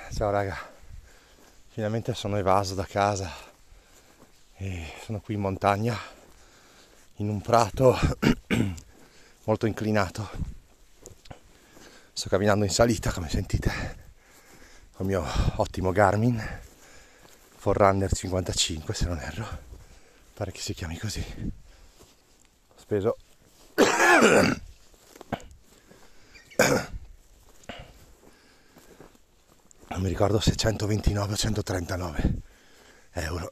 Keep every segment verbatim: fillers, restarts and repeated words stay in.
Ciao raga, finalmente sono evaso da casa e sono qui in montagna, in un prato molto inclinato. Sto camminando in salita, come sentite, con il mio ottimo Garmin Forerunner cinquantacinque, se non erro, pare che si chiami così. Ho speso non mi ricordo se centoventinove o centotrentanove euro.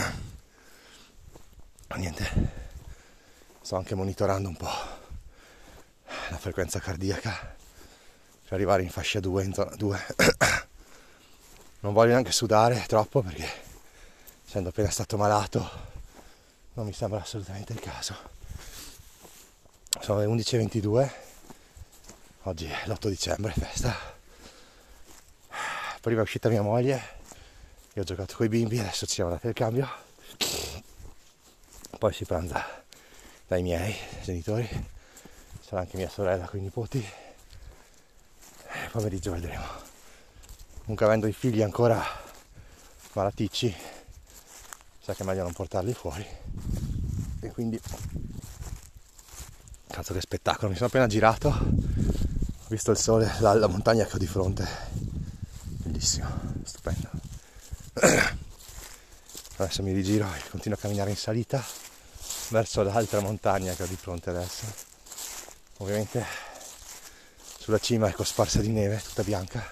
Niente, sto anche monitorando un po' la frequenza cardiaca per arrivare in fascia due, in zona due. Non voglio neanche sudare troppo perché, essendo appena stato malato, non mi sembra assolutamente il caso. Sono le undici e ventidue, oggi è l'otto dicembre, festa. Prima è uscita mia moglie, io ho giocato coi bimbi, adesso ci siamo dati il cambio. Poi si pranza dai miei genitori, sarà anche mia sorella con i nipoti. E pomeriggio vedremo. Comunque, avendo i figli ancora malaticci, sa che è meglio non portarli fuori. E quindi, cazzo che spettacolo, mi sono appena girato, ho visto il sole, la, la montagna che ho di fronte. Bellissimo, stupendo. Adesso mi rigiro e continuo a camminare in salita verso l'altra montagna che ho di fronte adesso. Ovviamente sulla cima è cosparsa di neve, tutta bianca.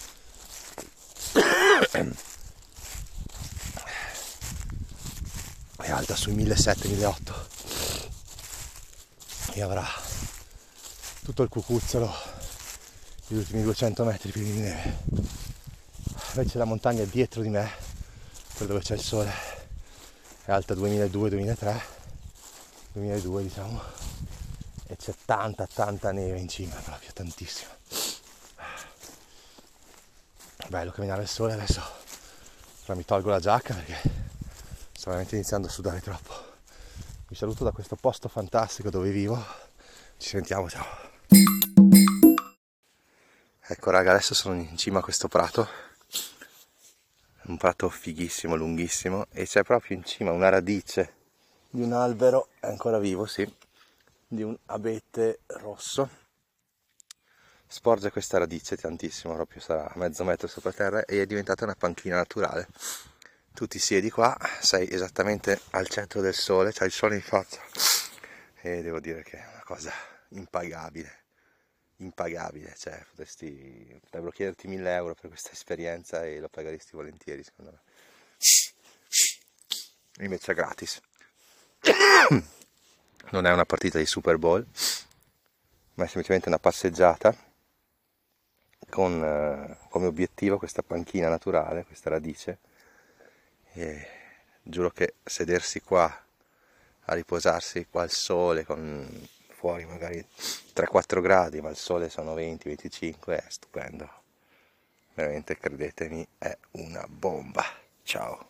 È alta sui millesettecento milleottocento e avrà tutto il cucuzzolo gli ultimi duecento metri pieni di neve. Invece la montagna è dietro di me, quella dove c'è il sole, è alta duemiladuecento duemilatré, duemiladue diciamo, e c'è tanta tanta neve in cima, proprio tantissima. Bello camminare al sole adesso. Ora mi tolgo la giacca perché sto veramente iniziando a sudare troppo. Vi saluto da questo posto fantastico dove vivo, ci sentiamo, ciao. Ecco raga, adesso sono in cima a questo prato, un prato fighissimo, lunghissimo, e c'è proprio in cima una radice di un albero, è ancora vivo, sì, di un abete rosso. Sporge questa radice tantissimo, proprio sarà a mezzo metro sopra terra, e è diventata una panchina naturale. Tu ti siedi qua, sei esattamente al centro del sole, c'hai il sole in faccia, e devo dire che è una cosa impagabile. impagabile, cioè potresti, potrebbero chiederti mille euro per questa esperienza e lo pagheresti volentieri, secondo me. Invece è gratis. Non è una partita di Super Bowl, ma è semplicemente una passeggiata con eh, come obiettivo questa panchina naturale, questa radice, e giuro che sedersi qua a riposarsi qua al sole, con fuori magari tre quattro gradi, ma il sole sono venti venticinque, è stupendo. Veramente, credetemi, è una bomba. Ciao.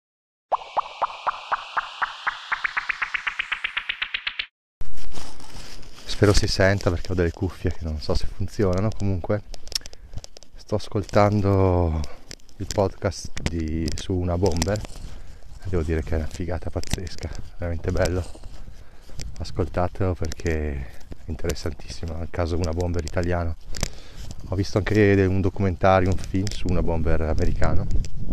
Spero si senta perché ho delle cuffie che non so se funzionano. Comunque sto ascoltando il podcast di su una bomber e devo dire che è una figata pazzesca, veramente bello. Ascoltatelo perché è interessantissimo, il caso una bomber italiano. Ho visto anche un documentario, un film su una bomber americano,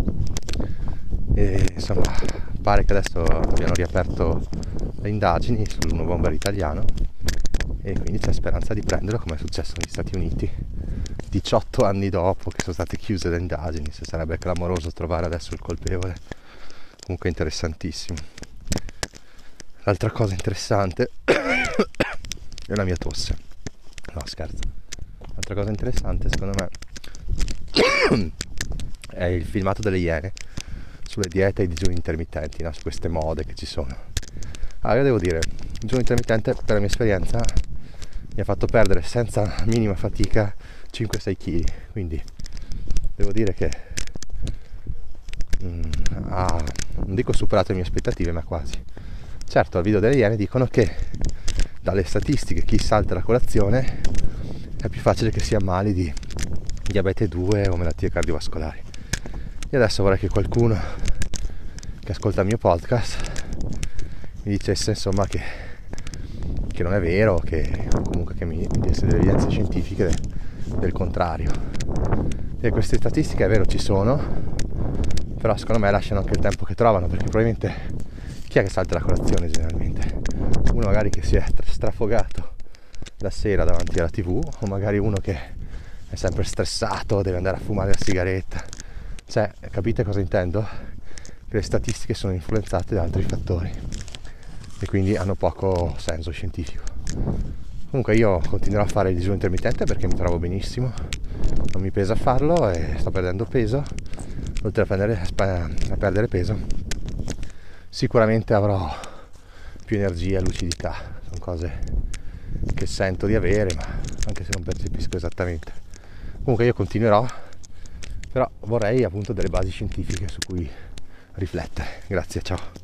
e insomma pare che adesso abbiano riaperto le indagini sull'uno bomber italiano e quindi c'è speranza di prenderlo, come è successo negli Stati Uniti diciotto anni dopo che sono state chiuse le indagini. Se sarebbe clamoroso trovare adesso il colpevole. Comunque interessantissimo. L'altra cosa interessante è la mia tosse. No, scherzo. L'altra cosa interessante secondo me è il filmato delle Iene sulle diete e i digiuni intermittenti, no? Su queste mode che ci sono. Allora io devo dire, il digiuno intermittente per la mia esperienza mi ha fatto perdere senza minima fatica cinque sei chili, quindi devo dire che mm, ha, non dico superato le mie aspettative, ma quasi. Certo, al video delle Iene dicono che dalle statistiche chi salta la colazione è più facile che si ammali di diabete due o malattie cardiovascolari. E adesso vorrei che qualcuno che ascolta il mio podcast mi dicesse insomma che, che non è vero, che comunque che mi, mi desse delle evidenze scientifiche del, del contrario. E queste statistiche è vero ci sono, però secondo me lasciano anche il tempo che trovano, perché probabilmente chi è che salta la colazione generalmente? Uno magari che si è strafogato la sera davanti alla tivù, o magari uno che è sempre stressato, deve andare a fumare la sigaretta. Cioè, capite cosa intendo? Che le statistiche sono influenzate da altri fattori e quindi hanno poco senso scientifico. Comunque io continuerò a fare il digiuno intermittente perché mi trovo benissimo, non mi pesa farlo e sto perdendo peso. Oltre a, prendere, a perdere peso, sicuramente avrò più energia e lucidità. Sono cose che sento di avere, ma anche se non percepisco esattamente. Comunque io continuerò, però vorrei appunto delle basi scientifiche su cui riflettere. Grazie, ciao.